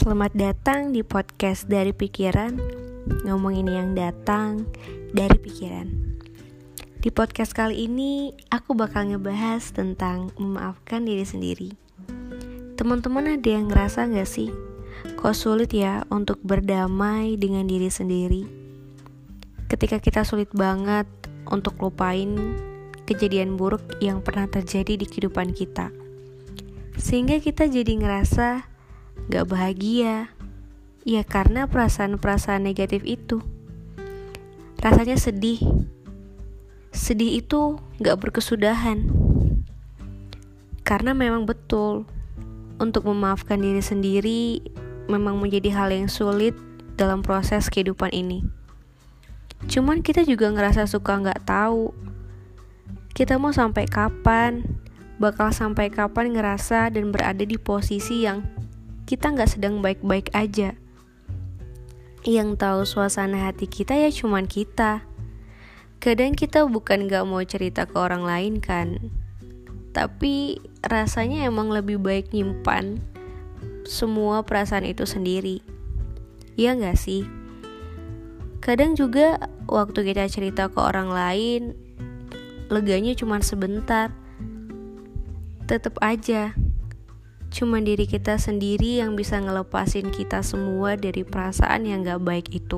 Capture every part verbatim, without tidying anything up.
Selamat datang di podcast Dari Pikiran. Ngomongin yang datang dari pikiran. Di podcast kali ini aku bakal ngebahas tentang memaafkan diri sendiri. Teman-teman ada yang ngerasa gak sih kok sulit ya untuk berdamai dengan diri sendiri? Ketika kita sulit banget untuk lupain kejadian buruk yang pernah terjadi di kehidupan kita, sehingga kita jadi ngerasa gak bahagia. Ya karena perasaan-perasaan negatif itu. Rasanya sedih. Sedih itu gak berkesudahan. Karena memang betul, untuk memaafkan diri sendiri memang menjadi hal yang sulit dalam proses kehidupan ini. Cuman kita juga ngerasa suka gak tahu kita mau sampai kapan, bakal sampai kapan ngerasa dan berada di posisi yang kita gak sedang baik-baik aja. Yang tahu suasana hati kita ya cuman kita. Kadang kita bukan gak mau cerita ke orang lain kan, tapi rasanya emang lebih baik nyimpan semua perasaan itu sendiri. Ya gak sih? Kadang juga waktu kita cerita ke orang lain, leganya cuman sebentar. Tetep aja cuman diri kita sendiri yang bisa ngelepasin kita semua dari perasaan yang gak baik itu.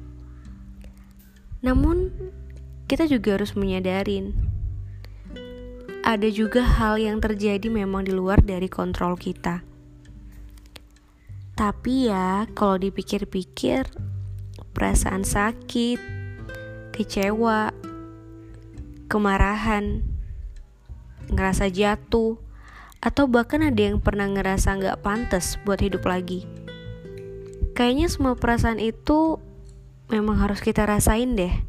Namun kita juga harus menyadarin ada juga hal yang terjadi memang di luar dari kontrol kita. Tapi ya kalau dipikir-pikir, perasaan sakit, kecewa, kemarahan, ngerasa jatuh, atau bahkan ada yang pernah ngerasa gak pantas buat hidup lagi. Kayaknya semua perasaan itu memang harus kita rasain deh.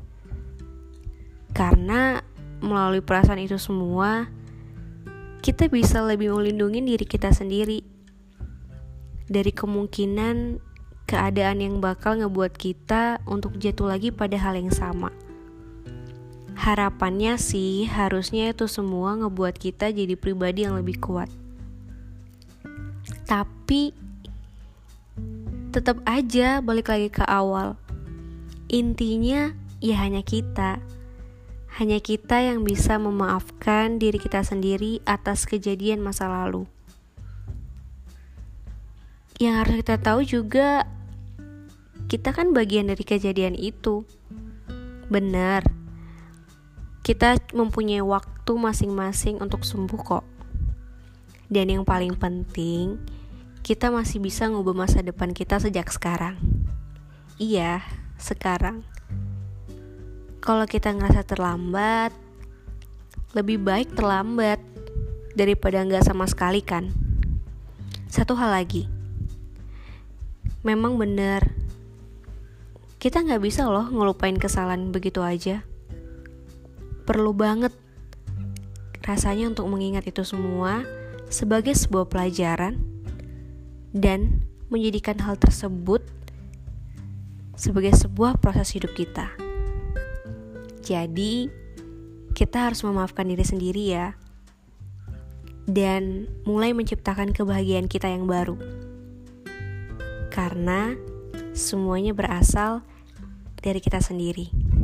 Karena melalui perasaan itu semua, kita bisa lebih melindungi diri kita sendiri dari kemungkinan keadaan yang bakal ngebuat kita untuk jatuh lagi pada hal yang sama. Harapannya sih harusnya itu semua ngebuat kita jadi pribadi yang lebih kuat. Tapi tetap aja balik lagi ke awal. Intinya ya hanya kita. Hanya kita yang bisa memaafkan diri kita sendiri atas kejadian masa lalu. Yang harus kita tahu juga, kita kan bagian dari kejadian itu. Benar, kita mempunyai waktu masing-masing untuk sembuh kok. Dan yang paling penting, kita masih bisa ngubah masa depan kita sejak sekarang. Iya, sekarang. Kalau kita ngerasa terlambat, lebih baik terlambat daripada nggak sama sekali kan. Satu hal lagi, memang benar, kita nggak bisa loh ngelupain kesalahan begitu aja. Perlu banget rasanya untuk mengingat itu semua sebagai sebuah pelajaran dan menjadikan hal tersebut sebagai sebuah proses hidup kita. Jadi kita harus memaafkan diri sendiri ya, dan mulai menciptakan kebahagiaan kita yang baru. Karena semuanya berasal dari kita sendiri.